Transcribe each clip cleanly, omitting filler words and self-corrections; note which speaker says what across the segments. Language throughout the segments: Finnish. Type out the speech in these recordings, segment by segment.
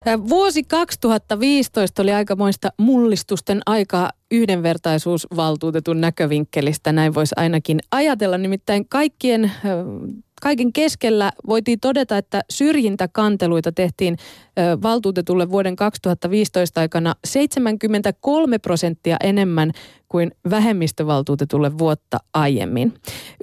Speaker 1: Vuosi 2015 oli aikamoista mullistusten aikaa yhdenvertaisuusvaltuutetun näkövinkkelistä. Näin voisi ainakin ajatella. Nimittäin kaiken keskellä voitiin todeta, että syrjintäkanteluita tehtiin valtuutetulle vuoden 2015 aikana 73% enemmän kuin vähemmistövaltuutetulle vuotta aiemmin.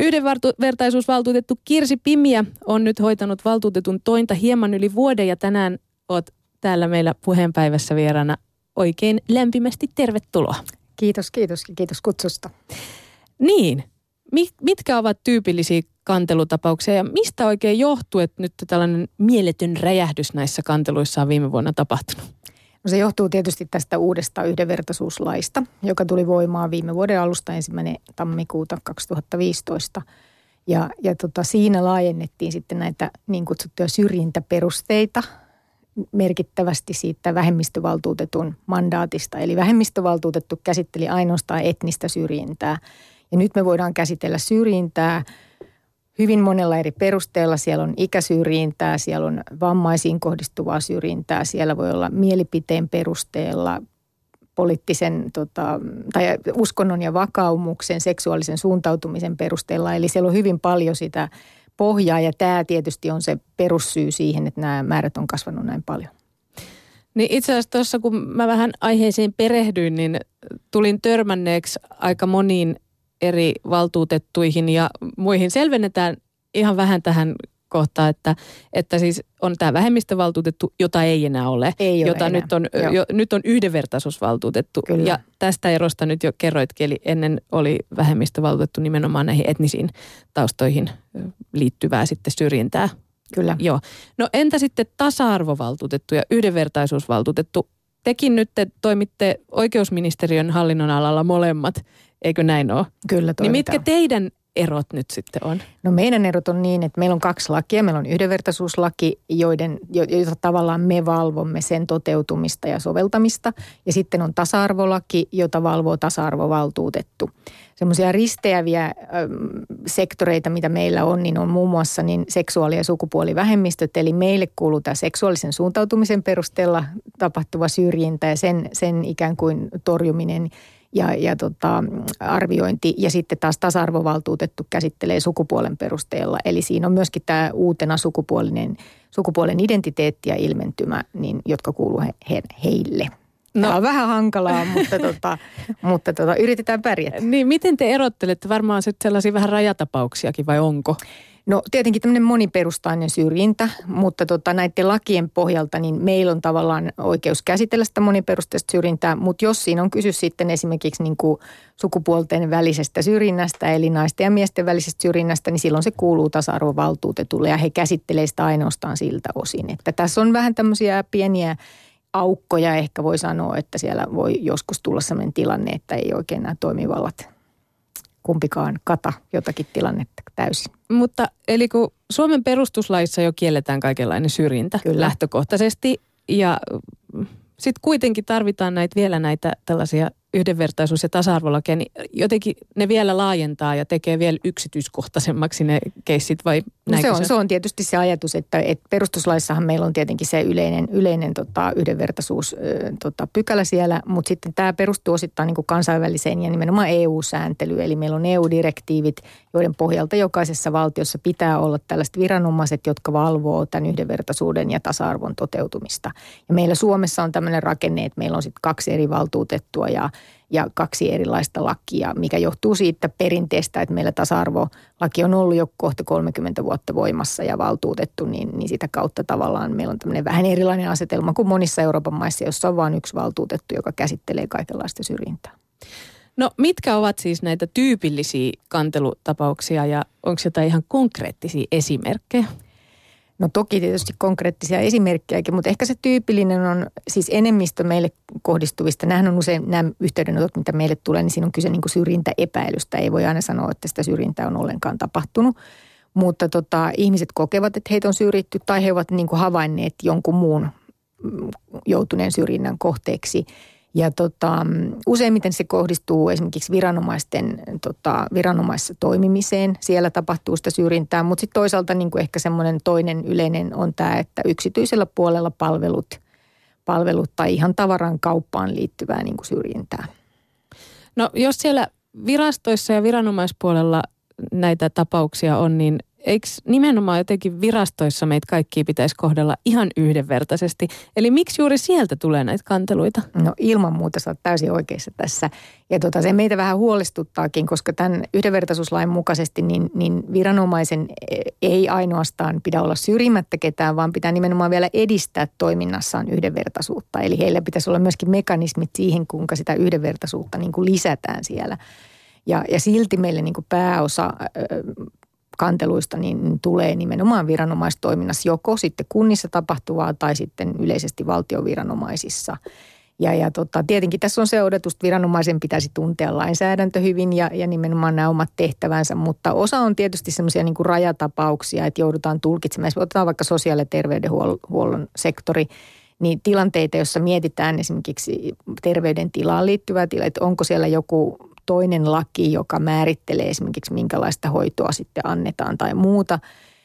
Speaker 1: Yhdenvertaisuusvaltuutettu Kirsi Pimiä on nyt hoitanut valtuutetun tointa hieman yli vuoden ja tänään olet täällä meillä puheenpäivässä vieraana. Oikein lämpimästi tervetuloa.
Speaker 2: Kiitos kutsusta.
Speaker 1: Niin, mitkä ovat tyypillisiä kantelutapauksia ja mistä oikein johtuu, että nyt tällainen mieletön räjähdys näissä kanteluissa on viime vuonna tapahtunut?
Speaker 2: No se johtuu tietysti tästä uudesta yhdenvertaisuuslaista, joka tuli voimaan viime vuoden alusta 1. tammikuuta 2015. Ja siinä laajennettiin sitten näitä niin kutsuttuja syrjintäperusteita merkittävästi siitä vähemmistövaltuutetun mandaatista. Eli vähemmistövaltuutettu käsitteli ainoastaan etnistä syrjintää. Ja nyt me voidaan käsitellä syrjintää hyvin monella eri perusteella. Siellä on ikäsyrjintää, siellä on vammaisiin kohdistuvaa syrjintää, siellä voi olla mielipiteen perusteella, poliittisen tai uskonnon ja vakaumuksen, seksuaalisen suuntautumisen perusteella. Eli siellä on hyvin paljon sitä pohjaa ja tämä tietysti on se perussyy siihen, että nämä määrät on kasvanut näin paljon.
Speaker 1: Niin itse asiassa tuossa, kun mä vähän aiheeseen perehdyin, niin tulin törmänneeksi aika moniin eri valtuutettuihin ja muihin. Selvennetään ihan vähän tähän kohtaan, että siis on tämä vähemmistövaltuutettu, jota ei enää ole.
Speaker 2: Ei ole
Speaker 1: jota
Speaker 2: enää.
Speaker 1: nyt on yhdenvertaisuusvaltuutettu.
Speaker 2: Kyllä.
Speaker 1: Ja tästä erosta nyt jo kerroitkin, eli ennen oli vähemmistövaltuutettu nimenomaan näihin etnisiin taustoihin liittyvää sitten syrjintää.
Speaker 2: Kyllä.
Speaker 1: Joo. No entä sitten tasa-arvovaltuutettu ja yhdenvertaisuusvaltuutettu? Tekin nyt te toimitte oikeusministeriön hallinnonalalla molemmat, eikö näin ole?
Speaker 2: Kyllä toimitaan.
Speaker 1: Niin mitkä teidän erot nyt sitten on?
Speaker 2: No meidän erot on niin, että meillä on 2 lakia. Meillä on yhdenvertaisuuslaki, joita tavallaan me valvomme sen toteutumista ja soveltamista. Ja sitten on tasa-arvolaki, jota valvoo tasa-arvovaltuutettu. Semmoisia risteäviä sektoreita, mitä meillä on, niin on muun muassa niin seksuaali- ja sukupuolivähemmistöt. Eli meille kuuluu tämä seksuaalisen suuntautumisen perusteella tapahtuva syrjintä ja sen ikään kuin torjuminen ja arviointi. Ja sitten taas tasa-arvovaltuutettu käsittelee sukupuolen perusteella. Eli siinä on myöskin tämä uutena sukupuolen identiteetti ja ilmentymä, niin, jotka kuuluu heille. Tämä on vähän hankalaa, mutta yritetään pärjätä.
Speaker 1: Niin, miten te erottelette? Varmaan sitten sellaisia vähän rajatapauksiakin vai onko?
Speaker 2: No tietenkin tämmöinen moniperustainen syrjintä, mutta näiden lakien pohjalta niin meillä on tavallaan oikeus käsitellä sitä moniperusteista syrjintää, mutta jos siinä on kyse sitten esimerkiksi niin kuin sukupuolten välisestä syrjinnästä, eli naisten ja miesten välisestä syrjinnästä, niin silloin se kuuluu tasa-arvovaltuutetulle ja he käsittelee sitä ainoastaan siltä osin. Että tässä on vähän tämmöisiä pieniä aukkoja, ehkä voi sanoa, että siellä voi joskus tulla sellainen tilanne, että ei oikein nämä toimivallat kumpikaan kata jotakin tilannetta täysin.
Speaker 1: Mutta eli kun Suomen perustuslaissa jo kielletään kaikenlainen syrjintä
Speaker 2: Kyllä.
Speaker 1: lähtökohtaisesti ja sitten kuitenkin tarvitaan vielä näitä tällaisia yhdenvertaisuus- ja tasa-arvolakeja, niin jotenkin ne vielä laajentaa ja tekee vielä yksityiskohtaisemmaksi ne keissit vai näinkö
Speaker 2: se on tietysti se ajatus, että perustuslaissahan meillä on tietenkin se yleinen yhdenvertaisuus pykälä siellä, mutta sitten tämä perustuu osittain niin kuin kansainväliseen ja nimenomaan EU-sääntelyyn. Eli meillä on EU-direktiivit, joiden pohjalta jokaisessa valtiossa pitää olla tällaiset viranomaiset, jotka valvoo tämän yhdenvertaisuuden ja tasa-arvon toteutumista. Ja meillä Suomessa on tämmöinen rakenne, että meillä on sitten 2 eri valtuutettua ja 2 erilaista lakia, mikä johtuu siitä perinteestä, että meillä tasa-arvolaki on ollut jo kohta 30 vuotta voimassa ja valtuutettu, niin sitä kautta tavallaan meillä on tämmöinen vähän erilainen asetelma kuin monissa Euroopan maissa, jossa on vain 1 valtuutettu, joka käsittelee kaikenlaista syrjintää.
Speaker 1: No mitkä ovat siis näitä tyypillisiä kantelutapauksia ja onko jotain ihan konkreettisia esimerkkejä?
Speaker 2: No toki tietysti konkreettisia esimerkkejäkin, mutta ehkä se tyypillinen on siis enemmistö meille kohdistuvista. Nämähän on usein nämä yhteydenotot, mitä meille tulee, niin siinä on kyse niin kuin syrjintäepäilystä. Ei voi aina sanoa, että sitä syrjintää on ollenkaan tapahtunut. Mutta ihmiset kokevat, että heitä on syrjitty tai he ovat niin kuin havainneet jonkun muun joutuneen syrjinnän kohteeksi. Ja useimmiten se kohdistuu esimerkiksi viranomaisessa toimimiseen. Siellä tapahtuu sitä syrjintää, mutta sitten toisaalta niin kuin ehkä semmoinen toinen yleinen on tämä, että yksityisellä puolella palvelut palvelut tai ihan tavaran kauppaan liittyvää niin kuin syrjintää.
Speaker 1: No jos siellä virastoissa ja viranomaispuolella näitä tapauksia on, niin eikö nimenomaan jotenkin virastoissa meitä kaikkia pitäisi kohdella ihan yhdenvertaisesti? Eli miksi juuri sieltä tulee näitä kanteluita?
Speaker 2: No ilman muuta sä oot täysin oikeassa tässä. Ja se meitä vähän huolestuttaakin, koska tämän yhdenvertaisuuslain mukaisesti niin viranomaisen ei ainoastaan pidä olla syrjimättä ketään, vaan pitää nimenomaan vielä edistää toiminnassaan yhdenvertaisuutta. Eli heillä pitäisi olla myöskin mekanismit siihen, kuinka sitä yhdenvertaisuutta niin kuin lisätään siellä. Ja silti meille niin kuin pääosa kanteluista niin tulee nimenomaan viranomaistoiminnassa, joko sitten kunnissa tapahtuvaa tai sitten yleisesti valtioviranomaisissa. Tietenkin tässä on se odotus, että viranomaisen pitäisi tuntea lainsäädäntö hyvin ja nimenomaan nämä omat tehtävänsä, mutta osa on tietysti semmoisia niin kuin rajatapauksia, että joudutaan tulkitsemaan. Otetaan vaikka sosiaali- ja terveydenhuollon sektori, niin tilanteita, joissa mietitään esimerkiksi terveydentilaan liittyvää tilaa, että onko siellä joku toinen laki, joka määrittelee esimerkiksi minkälaista hoitoa sitten annetaan tai muuta.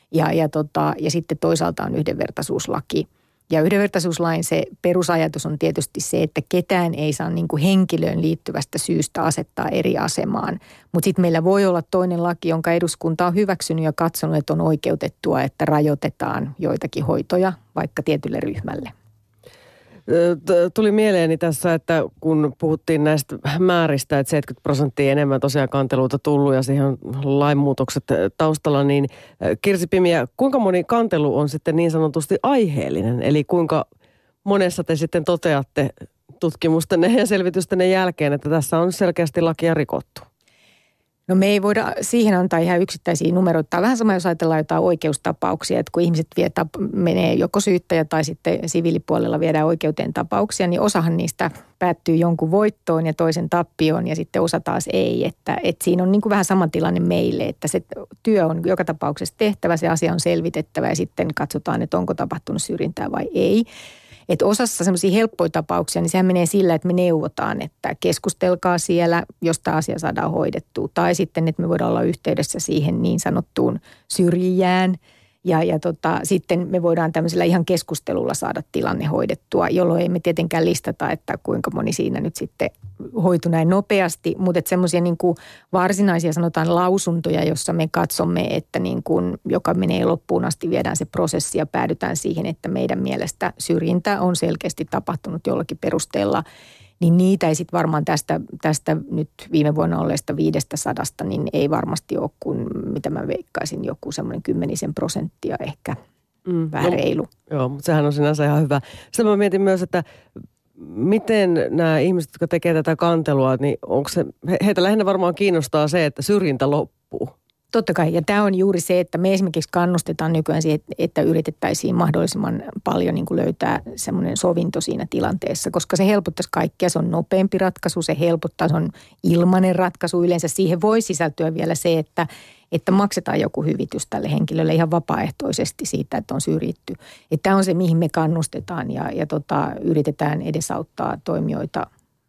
Speaker 2: Ja sitten toisaalta on yhdenvertaisuuslaki. Ja yhdenvertaisuuslain se perusajatus on tietysti se, että ketään ei saa niin kuin henkilöön liittyvästä syystä asettaa eri asemaan. Mutta sitten meillä voi olla toinen laki, jonka eduskunta on hyväksynyt ja katsonut, että on oikeutettua, että rajoitetaan joitakin hoitoja vaikka tietylle ryhmälle.
Speaker 3: Tuli mieleeni tässä, että kun puhuttiin näistä määristä, että 70% enemmän tosiaan kanteluita tullut ja siihen on lainmuutokset taustalla, niin Kirsi Pimiä, kuinka moni kantelu on sitten niin sanotusti aiheellinen? Eli kuinka monessa te sitten toteatte tutkimustenne ja selvitystenne jälkeen, että tässä on selkeästi lakia rikottu?
Speaker 2: No me ei voida siihen antaa ihan yksittäisiä numeroita. Vähän sama, jos ajatellaan jotain oikeustapauksia, että kun ihmiset menee joko syyttäjä tai sitten siviilipuolella viedään oikeuteen tapauksia, niin osahan niistä päättyy jonkun voittoon ja toisen tappioon ja sitten osa taas ei. Että siinä on niin kuin vähän sama tilanne meille, että se työ on joka tapauksessa tehtävä, se asia on selvitettävä ja sitten katsotaan, että onko tapahtunut syrjintää vai ei. Että osassa semmoisia helppoja tapauksia, niin sehän menee sillä, että me neuvotaan, että keskustelkaa siellä, jos tämä asia saadaan hoidettua. Tai sitten, että me voidaan olla yhteydessä siihen niin sanottuun syrjijään. Ja sitten me voidaan tämmöisellä ihan keskustelulla saada tilanne hoidettua, jolloin ei me tietenkään listata, että kuinka moni siinä nyt sitten hoitui näin nopeasti. Mutta semmoisia niin kuin varsinaisia sanotaan lausuntoja, jossa me katsomme, että niin kuin, joka menee loppuun asti, viedään se prosessi ja päädytään siihen, että meidän mielestä syrjintä on selkeästi tapahtunut jollakin perusteella. Niin niitä ei sitten varmaan tästä nyt viime vuonna olleesta 500, niin ei varmasti ole kuin, mitä mä veikkaisin, joku semmoinen 10% ehkä vähän reilu.
Speaker 3: Joo, mutta sehän on sinänsä ihan hyvä. Sitten mä mietin myös, että miten nämä ihmiset, jotka tekevät tätä kantelua, niin onko se, heitä lähinnä varmaan kiinnostaa se, että syrjintä loppuu.
Speaker 2: Totta kai, ja tämä on juuri se, että me esimerkiksi kannustetaan nykyään siihen, että yritettäisiin mahdollisimman paljon niin kuin löytää semmoinen sovinto siinä tilanteessa, koska se helpottaisi kaikkea, se on nopeampi ratkaisu, se helpottaa, se on ilmainen ratkaisu. Yleensä siihen voi sisältyä vielä se, että maksetaan joku hyvitys tälle henkilölle ihan vapaaehtoisesti siitä, että on syrjitty. Että tämä on se, mihin me kannustetaan ja yritetään edesauttaa toimijoita.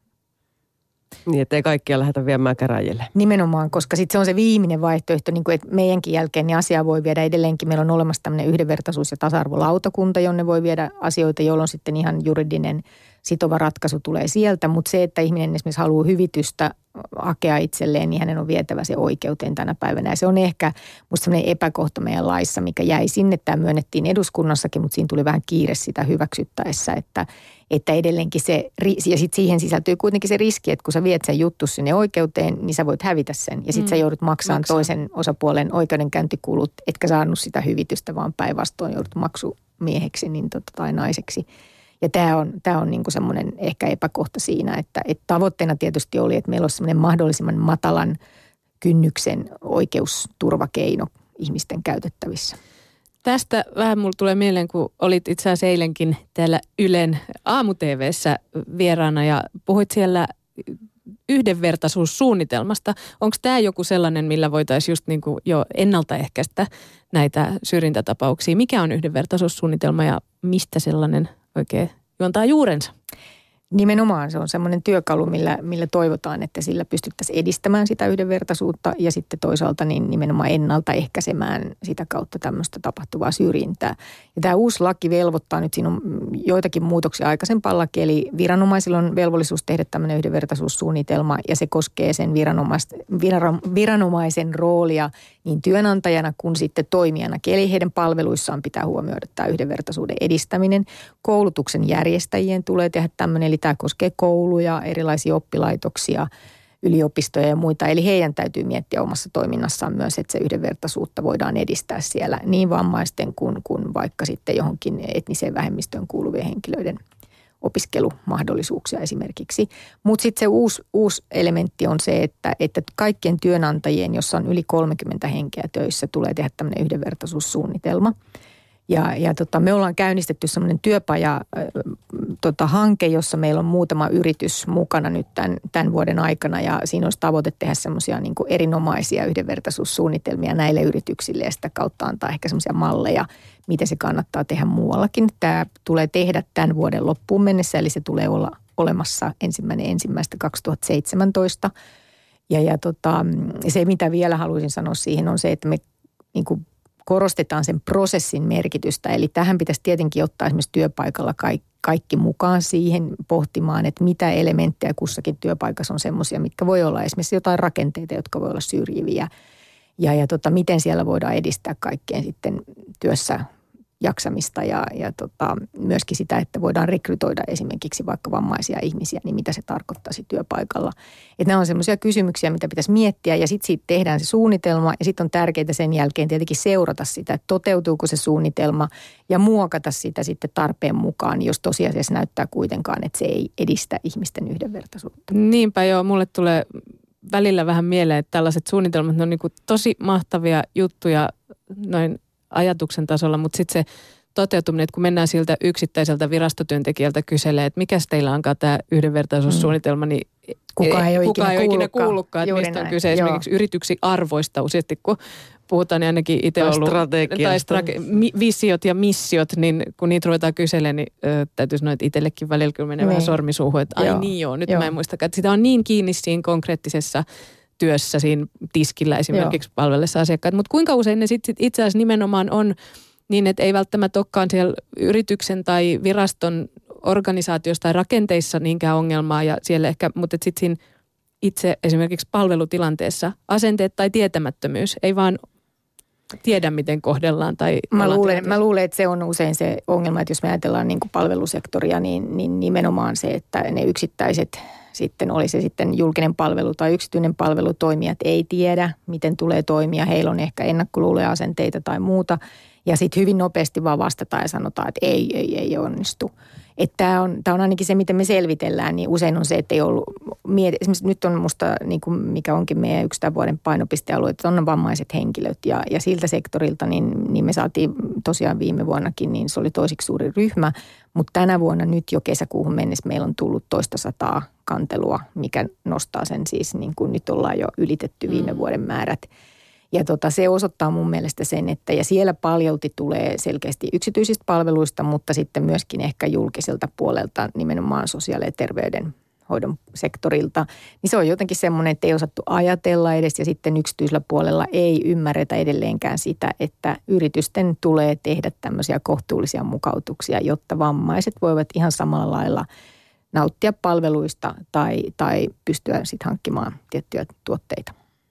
Speaker 3: Niin, ettei kaikkia lähdetä viemään käräjille.
Speaker 2: Nimenomaan, koska sitten se on se viimeinen vaihtoehto, niin kuin, että meidänkin jälkeen niin asiaa voi viedä edelleenkin. Meillä on olemassa tämmöinen yhdenvertaisuus- ja tasa-arvolautakunta, jonne voi viedä asioita, jolloin sitten ihan juridinen sitova ratkaisu tulee sieltä. Mutta se, että ihminen esimerkiksi haluaa hyvitystä hakea itselleen, niin hänen on vietävä se oikeuteen tänä päivänä. Ja se on ehkä musta sellainen epäkohta meidän laissa, mikä jäi sinne. Tämä myönnettiin eduskunnassakin, mutta siinä tuli vähän kiire sitä hyväksyttäessä, että edelleenkin se, ja sitten siihen sisältyy kuitenkin se riski, että kun sä viet sen juttu sinne oikeuteen, niin sä voit hävitä sen. Ja sitten sä joudut maksamaan toisen osapuolen oikeudenkäyntikulut, etkä saanut sitä hyvitystä, vaan päinvastoin joudut maksumieheksi tai naiseksi. Ja tämä on niinku semmoinen ehkä epäkohta siinä, että tavoitteena tietysti oli, että meillä olisi semmoinen mahdollisimman matalan kynnyksen oikeusturvakeino ihmisten käytettävissä.
Speaker 1: Tästä vähän mulle tulee mieleen, kun olit itse asiassa eilenkin täällä Ylen aamu-tv:ssä vieraana ja puhuit siellä yhdenvertaisuussuunnitelmasta. Onko tämä joku sellainen, millä voitaisiin just niin kuin jo ennaltaehkäistä näitä syrjintätapauksia? Mikä on yhdenvertaisuussuunnitelma ja mistä sellainen oikein juontaa juurensa?
Speaker 2: Nimenomaan se on semmoinen työkalu, millä toivotaan, että sillä pystyttäisiin edistämään sitä yhdenvertaisuutta ja sitten toisaalta niin nimenomaan ennaltaehkäisemään sitä kautta tämmöistä tapahtuvaa syrjintää. Ja tämä uusi laki velvoittaa nyt, siinä on joitakin muutoksia aikaisempaan lakiin, eli viranomaisilla on velvollisuus tehdä tämmöinen yhdenvertaisuussuunnitelma ja se koskee sen viranomaisen roolia niin työnantajana kuin sitten toimijana. Eli heidän palveluissaan pitää huomioida tämä yhdenvertaisuuden edistäminen. Koulutuksen järjestäjien tulee tehdä tämmöinen, eli tämä koskee kouluja, erilaisia oppilaitoksia, yliopistoja ja muita. Eli heidän täytyy miettiä omassa toiminnassaan myös, että se yhdenvertaisuutta voidaan edistää siellä niin vammaisten kuin vaikka sitten johonkin etniseen vähemmistöön kuuluvien henkilöiden opiskelumahdollisuuksia esimerkiksi. Mutta sitten se uusi elementti on se, että kaikkien työnantajien, jossa on yli 30 henkeä töissä, tulee tehdä tämmöinen yhdenvertaisuussuunnitelma. Me ollaan käynnistetty semmoinen työpaja-hanke, jossa meillä on muutama yritys mukana nyt tämän vuoden aikana ja siinä olisi tavoite tehdä semmoisia niin kuin erinomaisia yhdenvertaisuussuunnitelmia näille yrityksille ja sitä kautta antaa ehkä semmoisia malleja, miten se kannattaa tehdä muuallakin. Tämä tulee tehdä tämän vuoden loppuun mennessä, eli se tulee olla olemassa 1.1.2017. Se, mitä vielä haluaisin sanoa siihen, on se, että me niin kuin korostetaan sen prosessin merkitystä. Eli tähän pitäisi tietenkin ottaa esimerkiksi työpaikalla kaikki mukaan siihen pohtimaan, että mitä elementtejä kussakin työpaikassa on semmoisia, mitkä voi olla esimerkiksi jotain rakenteita, jotka voi olla syrjiviä. Miten siellä voidaan edistää kaikkeen sitten työssä jaksamista ja myöskin sitä, että voidaan rekrytoida esimerkiksi vaikka vammaisia ihmisiä, niin mitä se tarkoittaisi työpaikalla. Että nämä on semmoisia kysymyksiä, mitä pitäisi miettiä ja sitten siitä tehdään se suunnitelma ja sitten on tärkeää sen jälkeen tietenkin seurata sitä, että toteutuuko se suunnitelma ja muokata sitä sitten tarpeen mukaan, jos tosiasiassa näyttää kuitenkaan, että se ei edistä ihmisten yhdenvertaisuutta.
Speaker 1: Niinpä joo, mulle tulee välillä vähän mieleen, että tällaiset suunnitelmat, ne on niin kuin tosi mahtavia juttuja noin ajatuksen tasolla, mutta sitten se toteutuminen, että kun mennään siltä yksittäiseltä virastotyöntekijältä kyselee, että mikäs teillä onkaan tämä yhdenvertaisuussuunnitelma, niin
Speaker 2: kukaan ei ole ikinä
Speaker 1: kuullutkaan, että mistä on kyse esimerkiksi yrityksi arvoista useasti, kun puhutaan, niin ainakin itse ollut, visiot ja missiot, niin kun niitä ruvetaan kyselemään, niin täytyy sanoa, että itsellekin välillä kyllä menee vähän sormisuuhun, että nyt mä en muistakaan, että sitä on niin kiinni siinä konkreettisessa työssä siinä tiskillä esimerkiksi palvellessa asiakkaat. Mutta kuinka usein ne sitten itse asiassa nimenomaan on niin, että ei välttämättä olekaan siellä yrityksen tai viraston organisaatiossa tai rakenteissa niinkään ongelmaa ja siellä ehkä, mutta sitten siinä itse esimerkiksi palvelutilanteessa asenteet tai tietämättömyys ei vaan tiedä, miten kohdellaan. Tai
Speaker 2: mä luulen, että se on usein se ongelma, että jos me ajatellaan niin kuin palvelusektoria, niin nimenomaan se, että ne yksittäiset sitten oli se sitten julkinen palvelu tai yksityinen palvelu, toimijat ei tiedä, miten tulee toimia. Heillä on ehkä ennakkoluuloja, asenteita tai muuta. Ja sitten hyvin nopeasti vaan vastataan ja sanotaan, että ei onnistu. Että tämä on ainakin se, miten me selvitellään, niin usein on se, että ei ollut esimerkiksi nyt on musta, niin kuin mikä onkin meidän yksi tämän vuoden painopistealue, että on vammaiset henkilöt. Ja siltä sektorilta, niin me saatiin tosiaan viime vuonnakin, niin se oli toisiksi suuri ryhmä. Mutta tänä vuonna nyt jo kesäkuuhun mennessä meillä on tullut 200 kantelua, mikä nostaa sen siis, niin kuin nyt ollaan jo ylitetty viime vuoden määrät. Ja se osoittaa mun mielestä sen, että ja siellä paljolti tulee selkeästi yksityisistä palveluista, mutta sitten myöskin ehkä julkiselta puolelta nimenomaan sosiaali- ja terveydenhoidon sektorilta. Niin se on jotenkin semmoinen, että ei osattu ajatella edes ja sitten yksityisellä puolella ei ymmärretä edelleenkään sitä, että yritysten tulee tehdä tämmöisiä kohtuullisia mukautuksia, jotta vammaiset voivat ihan samalla lailla nauttia palveluista tai pystyä sitten hankkimaan tiettyjä tuotteita.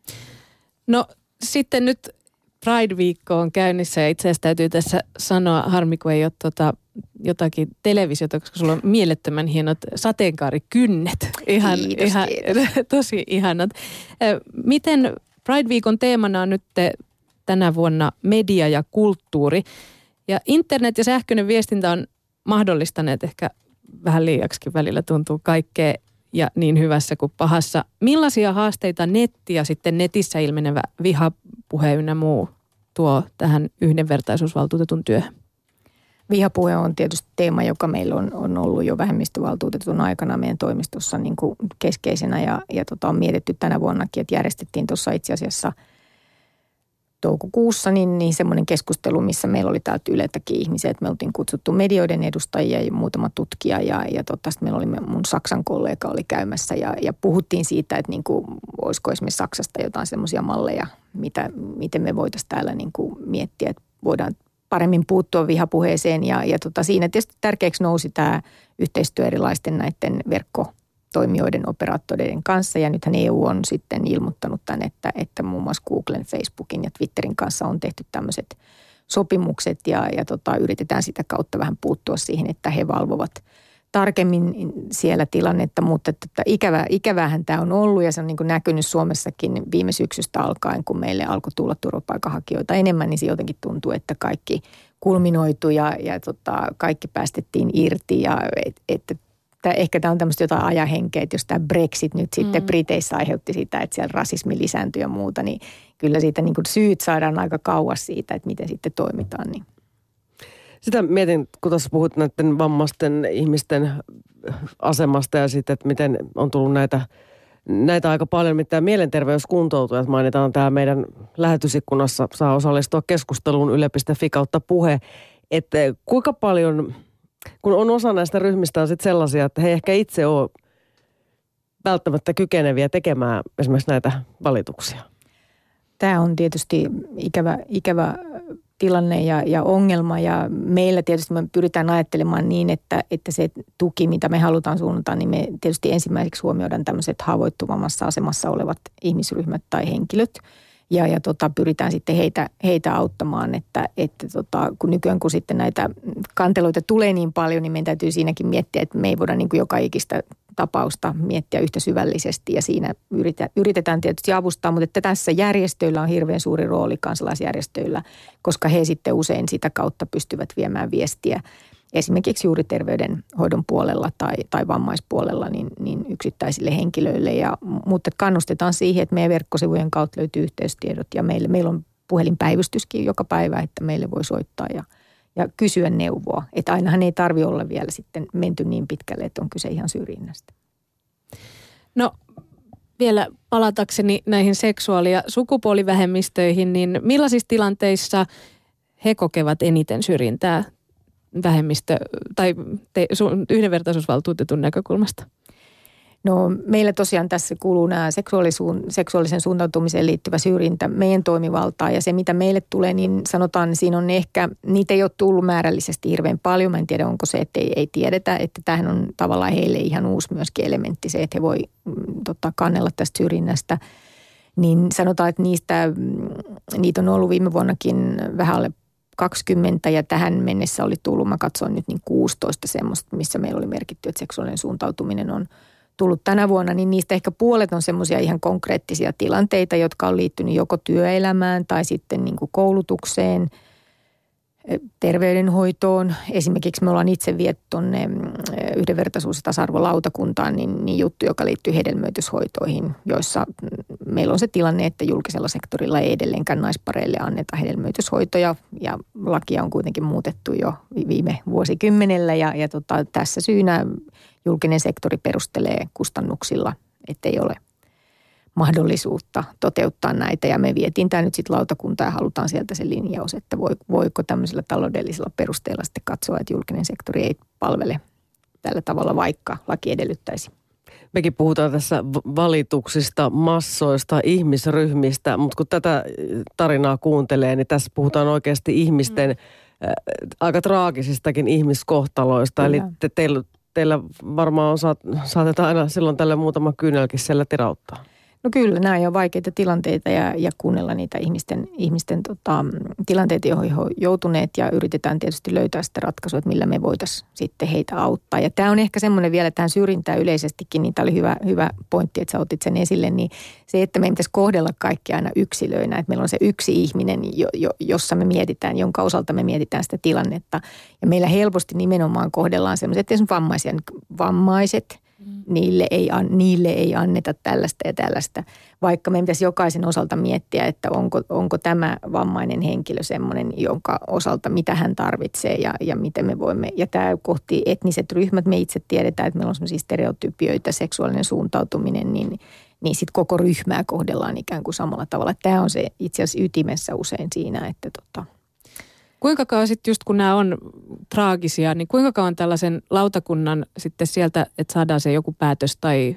Speaker 1: No sitten nyt Pride-viikko on käynnissä ja itse asiassa täytyy tässä sanoa, harmi kun ei ole jotakin televisiota, koska sulla on mielettömän hienot sateenkaarikynnet. Ihan tosi ihanat. Miten Pride-viikon teemana on nyt tänä vuonna media ja kulttuuri? Ja internet ja sähköinen viestintä on mahdollistaneet ehkä vähän liiaksikin välillä tuntuu kaikkea ja niin hyvässä kuin pahassa. Millaisia haasteita netti ja sitten netissä ilmenevä vihapuhe ynnä muu tuo tähän yhdenvertaisuusvaltuutetun työhön?
Speaker 2: Vihapuhe on tietysti teema, joka meillä on ollut jo vähemmistövaltuutetun aikana meidän toimistossa niin kuin keskeisenä ja on mietitty tänä vuonnakin, että järjestettiin tuossa itse asiassa toukokuussa, niin semmoinen keskustelu, missä meillä oli täältä Yleltäkin ihmisiä, että me oltiin kutsuttu medioiden edustajia ja muutama tutkija ja sitten meillä oli mun Saksan kollega oli käymässä ja puhuttiin siitä, että niin kuin, olisiko esimerkiksi Saksasta jotain semmoisia malleja, miten me voitaisiin täällä niin kuin miettiä, että voidaan paremmin puuttua vihapuheeseen ja siinä tietysti tärkeäksi nousi tämä yhteistyö erilaisten näiden verkkotoimijoiden, operaattoreiden kanssa ja nythän EU on sitten ilmoittanut tämän, että muun muassa Googlen, Facebookin ja Twitterin kanssa on tehty tämmöiset sopimukset ja yritetään sitä kautta vähän puuttua siihen, että he valvovat tarkemmin siellä tilannetta, mutta ikävähän tämä on ollut ja se on niin kuin näkynyt Suomessakin viime syksystä alkaen, kun meille alkoi tulla turvapaikanhakijoita enemmän, niin se jotenkin tuntuu, että kaikki kulminoitui ja kaikki päästettiin irti ja ehkä tämä on tämmöistä jotain ajahenkeä, että jos tämä Brexit nyt sitten Briteissä aiheutti sitä, että siellä rasismi lisääntyi ja muuta, niin kyllä siitä niin kuin syyt saadaan aika kauas siitä, että miten sitten toimitaan. Niin.
Speaker 3: Sitä mietin, kun tuossa puhut näiden vammaisten ihmisten asemasta ja sitten, että miten on tullut näitä aika paljon, mitä mielenterveyskuntoutujat mainitaan täällä meidän lähetysikkunassa, saa osallistua keskusteluun yle.fi/puhe, että kuinka paljon, kun on osa näistä ryhmistä on sitten sellaisia, että he ehkä itse ole välttämättä kykeneviä tekemään esimerkiksi näitä valituksia.
Speaker 2: Tämä on tietysti ikävä tilanne ja ongelma ja meillä tietysti me pyritään ajattelemaan niin, että se tuki, mitä me halutaan suunnata, niin me tietysti ensimmäiseksi huomioidaan tämmöiset haavoittuvammassa asemassa olevat ihmisryhmät tai henkilöt ja pyritään sitten heitä auttamaan, että kun nykyään kun sitten näitä kanteluita tulee niin paljon, niin meidän täytyy siinäkin miettiä, että me ei voida niin kuin joka ikistä tapausta miettiä yhtä syvällisesti ja siinä yritetään tietysti avustaa, mutta että tässä järjestöillä on hirveän suuri rooli kansalaisjärjestöillä, koska he sitten usein sitä kautta pystyvät viemään viestiä esimerkiksi juuri terveydenhoidon puolella tai vammaispuolella niin yksittäisille henkilöille. Mutta kannustetaan siihen, että meidän verkkosivujen kautta löytyy yhteystiedot ja meillä on puhelinpäivystyskin joka päivä, että meille voi soittaa ja kysyä neuvoa. Että ainahan ei tarvitse olla vielä sitten menty niin pitkälle, että on kyse ihan syrjinnästä.
Speaker 1: No vielä palatakseni näihin seksuaali- ja sukupuolivähemmistöihin, niin millaisissa tilanteissa he kokevat eniten syrjintää vähemmistö- tai yhdenvertaisuusvaltuutetun näkökulmasta?
Speaker 2: No meillä tosiaan tässä kuuluu nämä seksuaalisen suuntautumiseen liittyvä syrjintä meidän toimivaltaa ja se mitä meille tulee, niin sanotaan, että siinä on ehkä, niitä ei ole tullut määrällisesti hirveän paljon. Mä en tiedä, onko se, että ei tiedetä, että tämähän on tavallaan heille ihan uusi myöskin elementti se, että he voi kannella tästä syrjinnästä. Niin sanotaan, että niitä on ollut viime vuonnakin vähän alle 20 ja tähän mennessä oli tullut, mä katsoin nyt niin 16 semmoista, missä meillä oli merkitty, että seksuaalinen suuntautuminen on tullut tänä vuonna, niin niistä ehkä puolet on semmoisia ihan konkreettisia tilanteita, jotka on liittynyt joko työelämään tai sitten niin kuin koulutukseen, terveydenhoitoon. Esimerkiksi me ollaan itse viety tuonne yhdenvertaisuus- ja tasa-arvolautakuntaan niin juttu, joka liittyy hedelmöityshoitoihin, joissa meillä on se tilanne, että julkisella sektorilla ei edelleenkään naispareille anneta hedelmöityshoitoja ja lakia on kuitenkin muutettu jo viime vuosikymmenellä ja tässä syynä julkinen sektori perustelee kustannuksilla, ettei ole mahdollisuutta toteuttaa näitä ja me vietiin tämä nyt sitten lautakuntaan ja halutaan sieltä se linjaus, että voiko tämmöisellä taloudellisella perusteella sitten katsoa, että julkinen sektori ei palvele tällä tavalla, vaikka laki edellyttäisi.
Speaker 3: Mekin puhutaan tässä valituksista, massoista, ihmisryhmistä, mutta kun tätä tarinaa kuuntelee, niin tässä puhutaan oikeasti ihmisten aika traagisistakin ihmiskohtaloista. Kyllä. Eli teillä varmaan saatetaan aina silloin tälle muutama kyynelkin siellä tirauttaa.
Speaker 2: No kyllä, nämä on vaikeita tilanteita ja kuunnella niitä ihmisten tilanteita, joihin he ovat joutuneet ja yritetään tietysti löytää sitä ratkaisua, että millä me voitaisiin sitten heitä auttaa. Ja tämä on ehkä semmoinen vielä tähän syrjintään yleisestikin, niin tämä oli hyvä pointti, että sä otit sen esille, niin se, että meidän pitäisi kohdella kaikkia aina yksilöinä, että meillä on se yksi ihminen, jossa me mietitään, jonka osalta me mietitään sitä tilannetta. Ja meillä helposti nimenomaan kohdellaan sellaiset, että esimerkiksi vammaiset, niille ei anneta tällaista ja tällaista, vaikka meidän pitäisi jokaisen osalta miettiä, että onko tämä vammainen henkilö semmoinen, jonka osalta mitä hän tarvitsee ja miten me voimme. Ja tämä kohti etniset ryhmät, me itse tiedetään, että meillä on semmoisia stereotypioita, seksuaalinen suuntautuminen, niin niin sitten koko ryhmää kohdellaan ikään kuin samalla tavalla. Tämä on se itse asiassa ytimessä usein siinä, että
Speaker 1: Kuinka kauan sitten just kun nämä on traagisia, niin kuinka kauan tällaisen lautakunnan sitten sieltä, että saadaan se joku päätös tai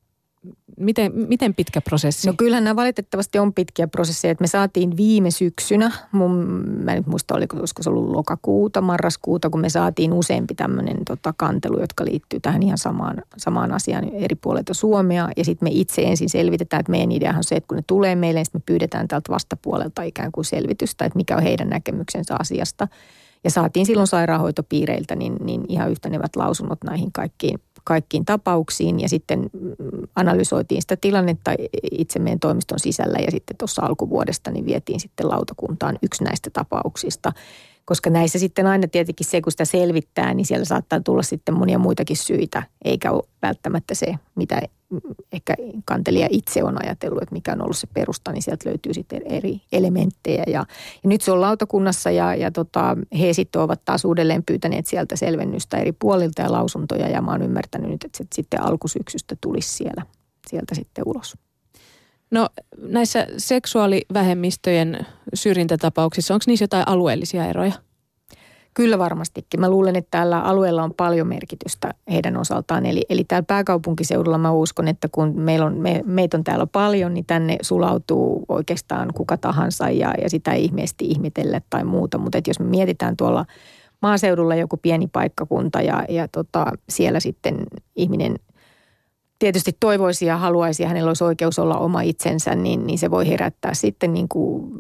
Speaker 1: miten pitkä prosessi?
Speaker 2: No kyllähän nämä valitettavasti on pitkiä prosesseja. Että me saatiin viime syksynä, mä en nyt muista olisiko se ollut lokakuuta, marraskuuta, kun me saatiin useampi tämmöinen kantelu, jotka liittyy tähän ihan samaan asiaan eri puolilta Suomea. Ja sitten me itse ensin selvitetään, että meidän ideahan on se, että kun ne tulee meille, niin me pyydetään tältä vastapuolelta ikään kuin selvitystä, että mikä on heidän näkemyksensä asiasta. Ja saatiin silloin sairaanhoitopiireiltä niin ihan yhtenevät lausunnot näihin kaikkiin tapauksiin ja sitten analysoitiin sitä tilannetta itse meidän toimiston sisällä ja sitten tuossa alkuvuodesta niin vietiin sitten lautakuntaan yksi näistä tapauksista. Koska näissä sitten aina tietenkin se, kun sitä selvittää, niin siellä saattaa tulla sitten monia muitakin syitä, eikä ole välttämättä se, mitä ehkä kantelija itse on ajatellut, että mikä on ollut se perusta, niin sieltä löytyy sitten eri elementtejä. Ja nyt se on lautakunnassa ja he sitten ovat taas uudelleen pyytäneet sieltä selvennystä eri puolilta ja lausuntoja ja mä oon ymmärtänyt nyt, että se sitten alkusyksystä tulisi sieltä sitten ulos.
Speaker 1: No näissä seksuaalivähemmistöjen syrjintätapauksissa, onko niissä jotain alueellisia eroja?
Speaker 2: Kyllä varmastikin. Mä luulen, että tällä alueella on paljon merkitystä heidän osaltaan. Eli täällä pääkaupunkiseudulla mä uskon, että kun meitä on täällä paljon, niin tänne sulautuu oikeastaan kuka tahansa ja sitä ei ihmeesti ihmetellä tai muuta. Mutta jos me mietitään tuolla maaseudulla joku pieni paikkakunta ja siellä sitten ihminen tietysti toivoisi ja haluaisi ja hänellä olisi oikeus olla oma itsensä, niin se voi herättää sitten niin kuin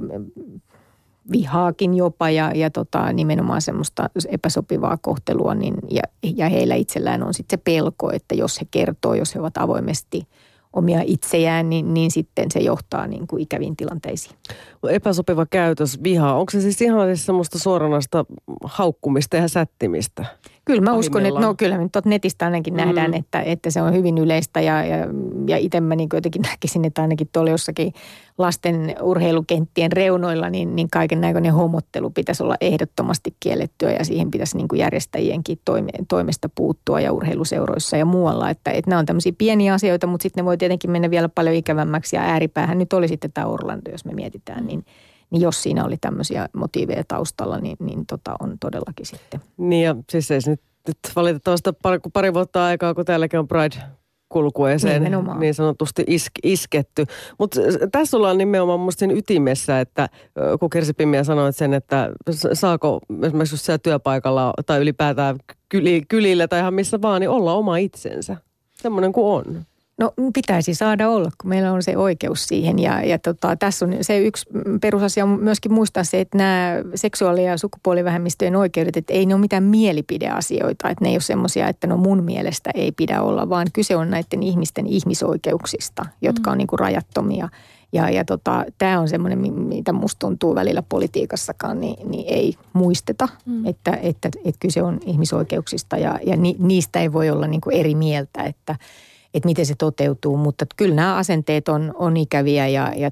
Speaker 2: vihaakin jopa ja nimenomaan semmoista epäsopivaa kohtelua. Ja heillä itsellään on sitten se pelko, että jos he kertoo, jos he ovat avoimesti omia itseään, niin sitten se johtaa niin kuin ikäviin tilanteisiin.
Speaker 3: Epäsopiva käytös, viha, onko se siis ihan semmoista suoranaista haukkumista ja sättimistä?
Speaker 2: Kyllä mä uskon, että kyllä me nyt netistä ainakin nähdään, että se on hyvin yleistä ja itse mä niin jotenkin näkisin, että ainakin tuolla jossakin lasten urheilukenttien reunoilla, niin kaiken näköinen homottelu pitäisi olla ehdottomasti kiellettyä ja siihen pitäisi niin kuin järjestäjienkin toimesta puuttua ja urheiluseuroissa ja muualla. Että nämä on tämmöisiä pieniä asioita, mutta sitten ne voi tietenkin mennä vielä paljon ikävämmäksi ja ääripäähän nyt oli sitten tämä Orlando, jos me mietitään, niin jos siinä oli tämmöisiä motiiveja taustalla, niin on todellakin sitten.
Speaker 3: Niin ja siis ei se nyt valitettavasti pari vuotta aikaa, kun täälläkin on Pride-kulkueeseen niin sanotusti isketty. Mutta tässä ollaan nimenomaan musta siinä ytimessä, että kun Kirsi Pimiä sanoi sen, että saako esimerkiksi siellä työpaikalla tai ylipäätään kylillä tai ihan missä vaan, niin olla oma itsensä. Semmoinen kuin on.
Speaker 2: No pitäisi saada olla, kun meillä on se oikeus siihen ja tässä on se yksi perusasia on myöskin muistaa se, että nämä seksuaali- ja sukupuolivähemmistöjen oikeudet, että ei ne ole mitään mielipideasioita, että ne ei ole semmoisia, että no mun mielestä ei pidä olla, vaan kyse on näiden ihmisten ihmisoikeuksista, jotka on niin kuin rajattomia. Ja tämä on semmoinen, mitä musta tuntuu välillä politiikassakaan, niin ei muisteta, että kyse on ihmisoikeuksista ja niistä ei voi olla niin kuin eri mieltä, että miten se toteutuu, mutta kyllä nämä asenteet on ikäviä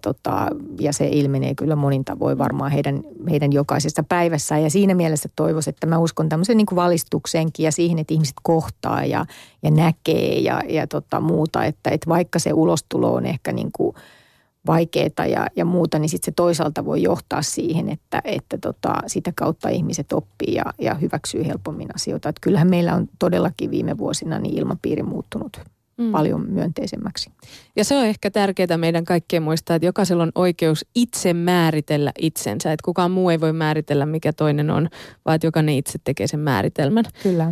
Speaker 2: ja se ilmenee kyllä monin tavoin varmaan heidän jokaisessa päivässään. Ja siinä mielessä toivoisin, että mä uskon tämmöisen niin kuin valistukseenkin ja siihen, että ihmiset kohtaa ja näkee ja muuta, että vaikka se ulostulo on ehkä niin kuin vaikeaa ja muuta, niin sitten se toisaalta voi johtaa siihen, että sitä kautta ihmiset oppii ja hyväksyy helpommin asioita. Että kyllähän meillä on todellakin viime vuosina niin ilmapiiri muuttunut paljon myönteisemmäksi.
Speaker 1: Ja se on ehkä tärkeää meidän kaikkien muistaa, että jokaisella on oikeus itse määritellä itsensä. Että kukaan muu ei voi määritellä, mikä toinen on, vaan että jokainen itse tekee sen määritelmän.
Speaker 2: Kyllä.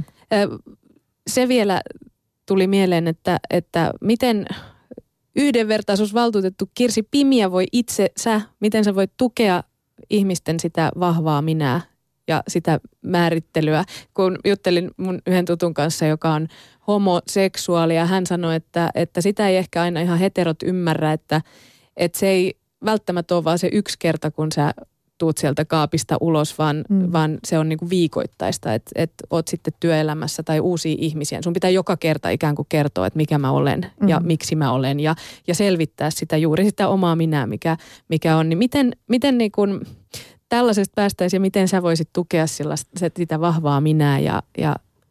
Speaker 1: Se vielä tuli mieleen, että miten yhdenvertaisuusvaltuutettu Kirsi Pimiä voi miten sä voit tukea ihmisten sitä vahvaa minää ja sitä määrittelyä. Kun juttelin mun yhden tutun kanssa, joka on homoseksuaali ja hän sanoi, että sitä ei ehkä aina ihan heterot ymmärrä, että se ei välttämättä ole vaan se yksi kerta, kun sä tuut sieltä kaapista ulos, vaan se on niin kuin viikoittaista, että oot sitten työelämässä tai uusia ihmisiä. Sun pitää joka kerta ikään kuin kertoa, että mikä mä olen ja miksi mä olen ja selvittää sitä juuri sitä omaa minää, mikä on. Niin miten niin kuin tällaisesta päästäisiin ja miten sä voisit tukea sitä vahvaa minää ja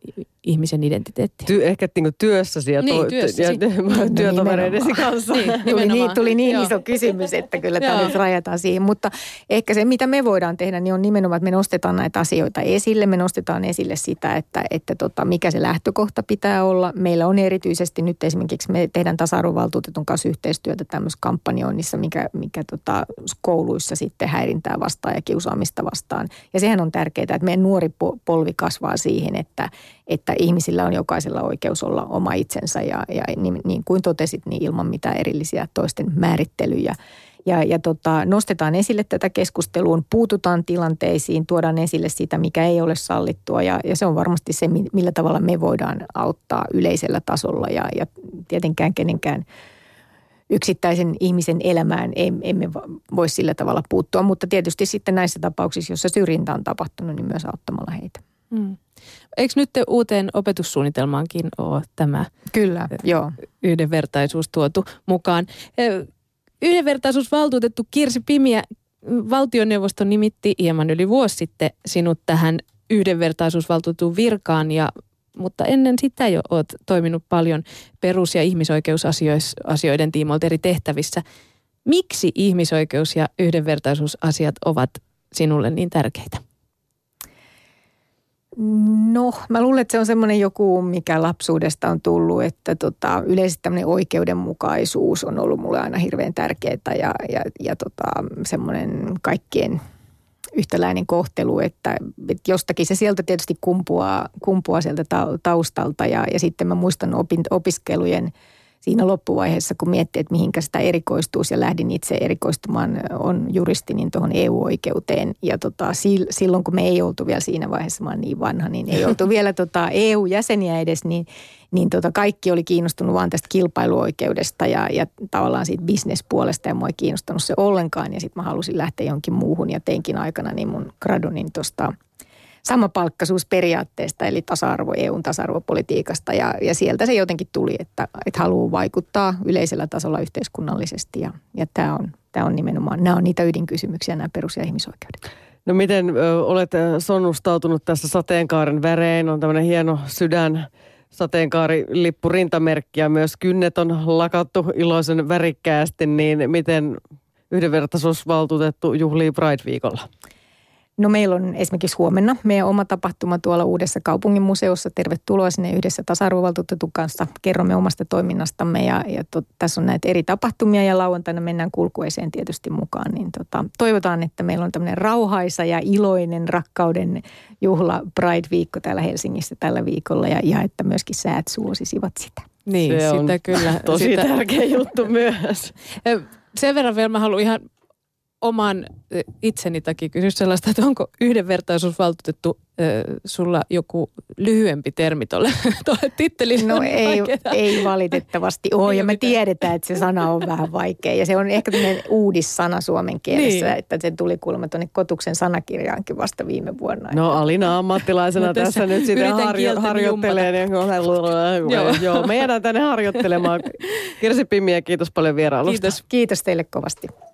Speaker 1: ihmisen identiteetti.
Speaker 3: Ehkä niin kuin työssäsi ja, työtovereidesi kanssa.
Speaker 2: Tuli niin iso kysymys, että kyllä tämä nyt rajataan siihen. Mutta ehkä se, mitä me voidaan tehdä, niin on nimenomaan, että me nostetaan näitä asioita esille. Me nostetaan esille sitä, että mikä se lähtökohta pitää olla. Meillä on erityisesti nyt esimerkiksi, me tehdään tasa-arvovaltuutetun kanssa yhteistyötä tämmöisessä kampanjoinnissa, mikä kouluissa sitten häirintää vastaan ja kiusaamista vastaan. Ja sehän on tärkeää, että meidän nuori polvi kasvaa siihen, että ihmisillä on jokaisella oikeus olla oma itsensä ja niin kuin totesit, niin ilman mitään erillisiä toisten määrittelyjä. Ja nostetaan esille tätä keskusteluun, puututaan tilanteisiin, tuodaan esille sitä, mikä ei ole sallittua ja se on varmasti se, millä tavalla me voidaan auttaa yleisellä tasolla ja tietenkään kenenkään yksittäisen ihmisen elämään emme voi sillä tavalla puuttua, mutta tietysti sitten näissä tapauksissa, joissa syrjintä on tapahtunut, niin myös auttamalla heitä.
Speaker 1: Eikö nyt uuteen opetussuunnitelmaankin ole tämä
Speaker 2: Kyllä, joo.
Speaker 1: Yhdenvertaisuus tuotu mukaan? Yhdenvertaisuusvaltuutettu Kirsi Pimiä, valtioneuvosto nimitti hieman yli vuosi sitten sinut tähän yhdenvertaisuusvaltuutetun virkaan, mutta ennen sitä jo olet toiminut paljon perus- ja ihmisoikeusasioiden tiimoilta eri tehtävissä. Miksi ihmisoikeus- ja yhdenvertaisuusasiat ovat sinulle niin tärkeitä?
Speaker 2: No, mä luulen, että se on semmoinen joku, mikä lapsuudesta on tullut, että yleisesti tämmöinen oikeudenmukaisuus on ollut mulle aina hirveän tärkeää ja semmoinen kaikkien yhtäläinen kohtelu, että jostakin se sieltä tietysti kumpuaa sieltä taustalta ja sitten mä muistan opiskelujen siinä loppuvaiheessa, kun miettii, että mihinkä sitä erikoistuisi ja lähdin itse erikoistumaan, on juristi, niin tuohon EU-oikeuteen. Ja silloin, kun me ei oltu vielä siinä vaiheessa, mä oon niin vanha, niin ei oltu vielä EU-jäseniä edes, niin kaikki oli kiinnostunut vaan tästä kilpailuoikeudesta ja tavallaan siitä bisnespuolesta ja mua ei kiinnostanut se ollenkaan. Ja sitten mä halusin lähteä jonkin muuhun ja teinkin aikana niin mun gradunin tuosta samapalkkaisuusperiaatteesta, eli EUn tasa-arvopolitiikasta ja sieltä se jotenkin tuli, että haluaa vaikuttaa yleisellä tasolla yhteiskunnallisesti ja tämä on nimenomaan, nämä on niitä ydinkysymyksiä, nämä perus- ja ihmisoikeudet.
Speaker 3: No miten olet sonnustautunut tässä sateenkaaren väreen, on tämmöinen hieno sydän sateenkaarilippu rintamerkki ja myös kynnet on lakattu iloisen värikkäästi, niin miten yhdenvertaisuusvaltuutettu juhlii Pride-viikolla?
Speaker 2: No meillä on esimerkiksi huomenna meidän oma tapahtuma tuolla Uudessa kaupunginmuseossa. Tervetuloa sinne yhdessä tasa-arvovaltuutetun kanssa. Kerromme omasta toiminnastamme ja tässä on näitä eri tapahtumia ja lauantaina mennään kulkueeseen tietysti mukaan. Niin toivotaan, että meillä on tämmöinen rauhaisa ja iloinen rakkauden juhla Pride-viikko täällä Helsingissä tällä viikolla ja että myöskin säät suosisivat sitä.
Speaker 1: Niin,
Speaker 3: se on
Speaker 1: sitä kyllä.
Speaker 3: tosi tärkeä juttu myös.
Speaker 1: Sen verran vielä mä haluan ihan oman itseni takia kysyä sellaista, että onko yhdenvertaisuusvaltuutettu sulla joku lyhyempi termi tuolle tittelille?
Speaker 2: No ei valitettavasti ole ja me tiedetään, että se sana on vähän vaikea ja se on ehkä tämmöinen uudissana suomen kielessä, niin. Että se tuli kuulemma tuonne Kotuksen sanakirjaankin vasta viime vuonna.
Speaker 3: No Alina ammattilaisena tässä nyt sitä harjoittelee. Joo, me jäädään tänne harjoittelemaan. Kirsi Pimiä, kiitos paljon vierailusta.
Speaker 2: Kiitos teille kovasti.